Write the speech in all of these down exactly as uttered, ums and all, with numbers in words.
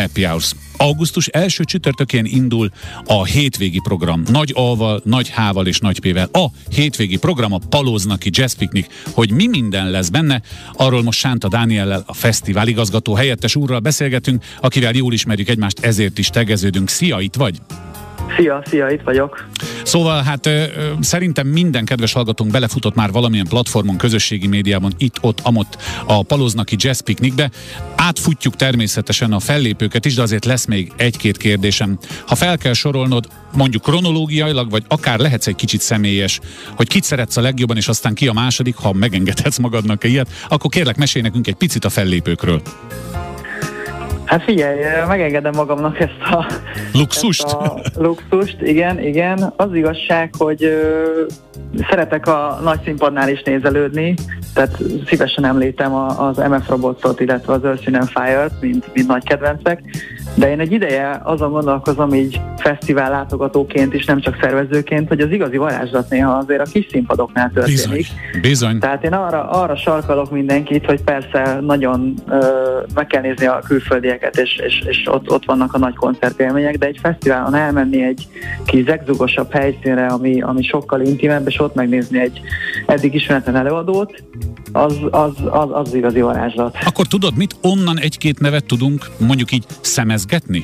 Happy Hours. Augusztus első csütörtökén indul a hétvégi program. Nagy A-val, nagy H-val és nagy P-vel. A hétvégi program a Paloznaki Jazz Picnic. Hogy mi minden lesz benne, arról most Sánta Dániellel, a fesztivál igazgató helyettes úrral beszélgetünk, akivel jól ismerjük egymást, ezért is tegeződünk. Szia, itt vagy? Szia, szia, itt vagyok. Szóval hát ö, ö, szerintem minden kedves hallgatónk belefutott már valamilyen platformon, közösségi médiában, itt, ott, amott a Paloznaki Jazz Picnicbe. Átfutjuk természetesen a fellépőket is, de azért lesz még egy-két kérdésem. Ha fel kell sorolnod, mondjuk kronológiailag, vagy akár lehetsz egy kicsit személyes, hogy kit szeretsz a legjobban, és aztán ki a második, ha megengedhetsz magadnak ilyet, akkor kérlek, mesélj nekünk egy picit a fellépőkről. Hát figyelj, megengedem magamnak ezt a luxust. Ezt a luxust, igen, igen. Az igazság, hogy ö, szeretek a nagy színpadnál is nézelődni, tehát szívesen említem a, az em ef Robotsot, illetve az Earth, Wind and Fire-t, mint, mint nagy kedvencek, de én egy ideje azon gondolkozom így fesztivál látogatóként is, nem csak szervezőként, hogy az igazi varázslat néha azért a kis színpadoknál történik. Bizony, bizony. Tehát én arra, arra sarkalok mindenkit, hogy persze nagyon ö, meg kell nézni a külföldieket, és, és, és ott, ott vannak a nagy koncertélmények, de egy fesztiválon elmenni egy kis zegzugosabb helyszínre, ami, ami sokkal intimebb, és ott megnézni egy eddig ismeretlen előadót, az, az, az, az igazi varázslat. Akkor tudod mit? Onnan egy-két nevet tudunk mondjuk így szemezgetni?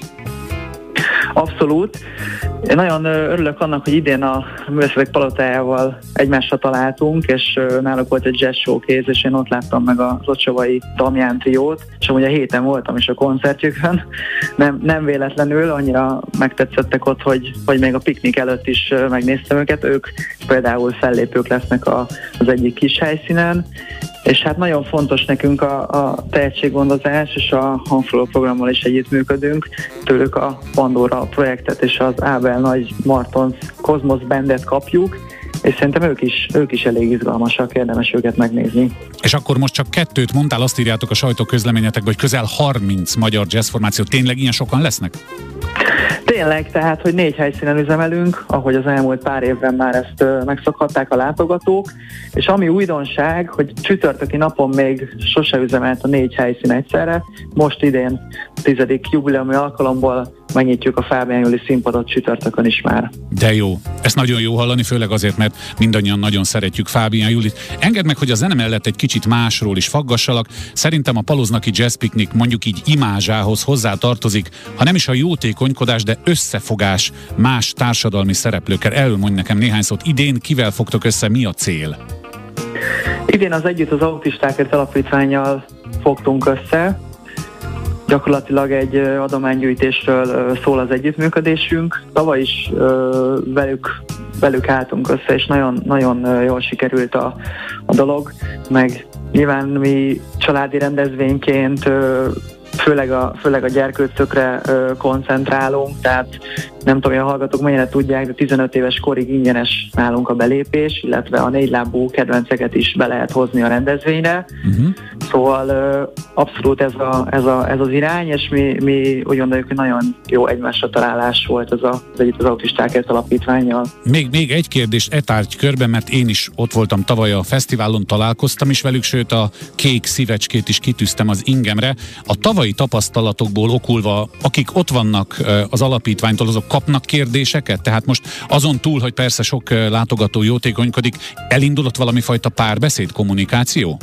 Abszolút. Én nagyon örülök annak, hogy idén a Művészetek Palotájával egymásra találtunk, és náluk volt egy jazz showcase, és én ott láttam meg az Ocsovai Damján triót, és amúgy a héten voltam is a koncertjükön. Nem, nem véletlenül, annyira megtetszettek ott, hogy, hogy még a piknik előtt is megnéztem őket. Ők például fellépők lesznek a, az egyik kis helyszínen, és hát nagyon fontos nekünk a, a tehetséggondozás, és a Hanfló programmal is együttműködünk. Tőlük a Pandora projektet és az Ábel Nagy Martons Cosmos Bandet kapjuk, és szerintem ők is, ők is elég izgalmasak, érdemes őket megnézni. És akkor most csak kettőt mondtál, azt írjátok a sajtóközleményetekben, hogy közel harminc magyar jazzformáció. Tényleg ilyen sokan lesznek? Tényleg, tehát, hogy négy helyszínen üzemelünk, ahogy az elmúlt pár évben már ezt uh, megszokhatták a látogatók, és ami újdonság, hogy csütörtöki napon még sose üzemelt a négy helyszín egyszerre, most idén a tizedik jubileumi alkalomból megnyitjuk a Fábián Júli színpadot csütörtökön is már. De jó. Ezt nagyon jó hallani, főleg azért, mert mindannyian nagyon szeretjük Fábián Júlit. Engedd meg, hogy a zene mellett egy kicsit másról is faggassalak. Szerintem a Paloznaki Jazz Picnic mondjuk így imázsához hozzá tartozik, ha nem is a jótékonykodás, de összefogás más társadalmi szereplőkkel. Erről mondj nekem néhány szót. Idén kivel fogtok össze, mi a cél? Idén az Együtt az Autistákért Alapítvánnyal fogtunk össze. Gyakorlatilag egy adománygyűjtésről szól az együttműködésünk. Tavaly is velük, velük álltunk össze, és nagyon, nagyon jól sikerült a, a dolog, meg nyilván mi családi rendezvényként főleg a, főleg a gyerkőcökre koncentrálunk, tehát nem tudom, hogy a hallgatók mennyire tudják, de tizenöt éves korig ingyenes nálunk a belépés, illetve a négylábú kedvenceket is be lehet hozni a rendezvényre. Uh-huh. Szóval abszolút ez, a, ez, a, ez az irány, és mi, mi úgy gondoljuk, hogy nagyon jó egymásra találás volt ez az Együtt az Autistákért Alapítvánnyal. Még, még egy kérdést e tárgykörben, mert én is ott voltam tavaly a fesztiválon, találkoztam is velük, sőt a kék szívecskét is kitűztem az ingemre. A tavalyi tapasztalatokból okulva, akik ott vannak az alapítványtól, azok kapnak kérdéseket? Tehát most azon túl, hogy persze sok látogató jótékonykodik, elindulott valami fajta párbeszéd, kommunikáció?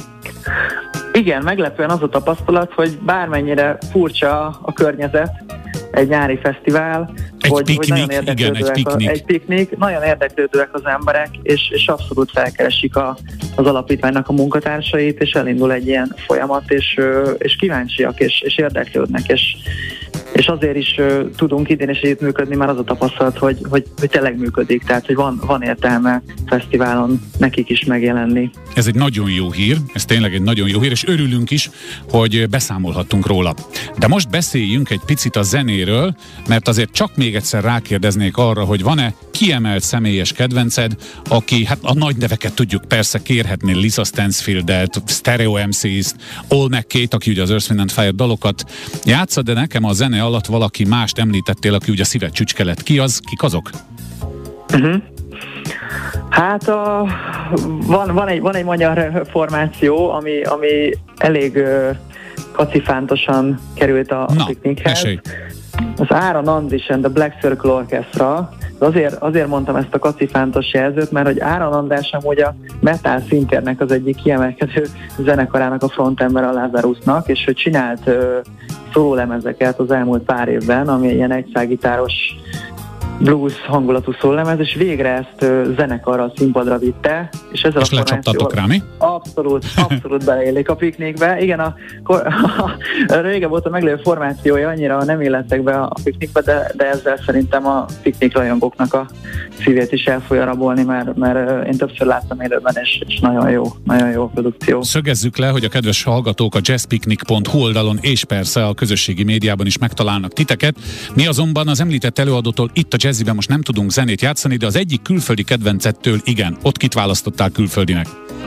Igen, meglepően az a tapasztalat, hogy bármennyire furcsa a környezet, egy nyári fesztivál, egy hogy, piknik, hogy nagyon igen, egy piknik. A, egy piknik, nagyon érdeklődőek az emberek, és, és abszolút felkeresik a, az alapítványnak a munkatársait, és elindul egy ilyen folyamat, és, és kíváncsiak, és, és érdeklődnek, és, és azért is uh, tudunk idén is együttműködni, már az a tapasztalat, hogy, hogy, hogy tényleg működik, tehát hogy van, van értelme fesztiválon nekik is megjelenni. Ez egy nagyon jó hír, ez tényleg egy nagyon jó hír, és örülünk is, hogy beszámolhattunk róla. De most beszéljünk egy picit a zenéről, mert azért csak még egyszer rákérdeznék arra, hogy van-e kiemelt személyes kedvenced, aki, hát a nagy neveket tudjuk persze kérhetni, Lisa Stansfieldet, Stereo em cé-t, All McKay-t, aki ugye az Earth, Wind and Fire dalokat játssza, de nekem a zene alatt valaki mást említettél, aki ugye a szíved csücskelet. Ki az? Kik azok? Uh-huh. Hát a, van, van, egy, van egy magyar formáció, ami, ami elég uh, kacifántosan került a, Na, a piknikhez. Mesélj. Az Aaron Andris and the Black Circle Orchestra. Azért, azért mondtam ezt a kacifántos jelzőt, mert hogy Aaron András amúgy a metal szintérnek az egyik kiemelkedő zenekarának a frontember a Lazarusnak, és ő csinált uh, szólólemezeket az elmúlt pár évben, ami ilyen egyszágitáros blues hangulatú szólemez, és végre ezt uh, zenekarra a színpadra vitte. És, ezzel és a lecsaptatok rá, mi? Abszolút, abszolút beleillik a piknikbe. Igen, a, a, a régebb óta meglévő formációja annyira nem illettek be a piknikbe, de, de ezzel szerintem a piknik rajongóknak a szívét is el fogja rabolni, mert, mert én többször láttam élőben, és, és nagyon jó, nagyon jó produkció. Szögezzük le, hogy a kedves hallgatók a jazzpicnic pont hu oldalon és persze a közösségi médiában is megtalálnak titeket. Mi azonban az említett előadótól itt a Jazziben most nem tudunk zenét játszani, de az egyik külföldi kedvencettől igen. Ott kit választottál külföldinek?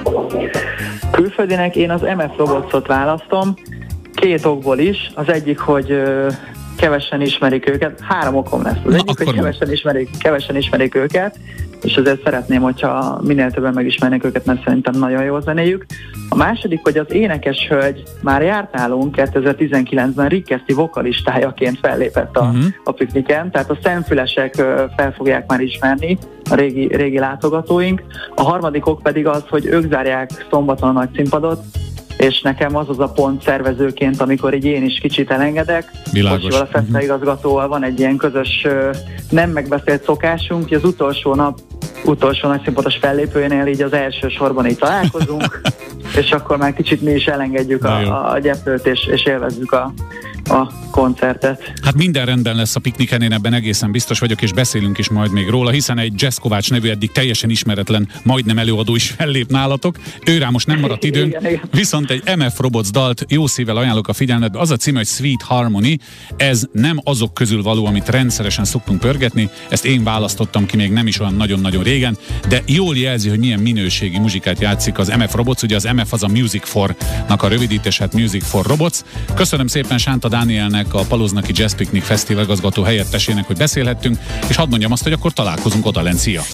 Külföldinek én az em ef Robotsot választom, két okból is. Az egyik, hogy ö, kevesen ismerik őket, három okom lesz. Az Na, egyik, hogy kevesen ismerik, kevesen ismerik őket, és ezért szeretném, hogyha minél többen megismernék őket, mert szerintem nagyon jó zenéjük. A második, hogy az énekes hölgy már járt nálunk kétezer-tizenkilencben Rickeszti vokalistájaként fellépett a, uh-huh. a pikniken, tehát a szemfülesek fel fogják már ismerni, a régi, régi látogatóink. A harmadik ok pedig az, hogy ők zárják szombaton a nagy színpadot, és nekem az az a pont szervezőként, amikor így én is kicsit elengedek. Világos. A fesztaigazgatóval van egy ilyen közös, nem megbeszélt szokásunk, hogy az utolsó nap, utolsó nagy színpados fellépőjénél így az első sorban így találkozunk, és akkor már kicsit mi is elengedjük a, a gyeplőt, és, és élvezzük a, a koncertet. Hát minden rendben lesz a pikniken, én ebben egészen biztos vagyok, és beszélünk is majd még róla, hiszen egy Jazz Kovács nevű eddig teljesen ismeretlen, majdnem előadó is fellép nálatok. Őrá most nem maradt időnk, igen, igen. Viszont egy em ef Robots dalt jó szívvel ajánlok a figyelmetbe. Az a címe, hogy Sweet Harmony. Ez nem azok közül való, amit rendszeresen szoktunk pörgetni, ezt én választottam ki még nem is olyan nagyon-nagyon régen, de jól jelzi, hogy milyen minőségi muzsikát játszik az em ef Robots. Ugye az em ef az a Music for-nak a rövidítés, hát Music for Robots. Köszönöm szépen Sánta Dánielnek, a Paloznaki Jazz Picnic Fesztivál igazgató helyettesének, hogy beszélhettünk, és hadd mondjam azt, hogy akkor találkozunk odalent. Szia!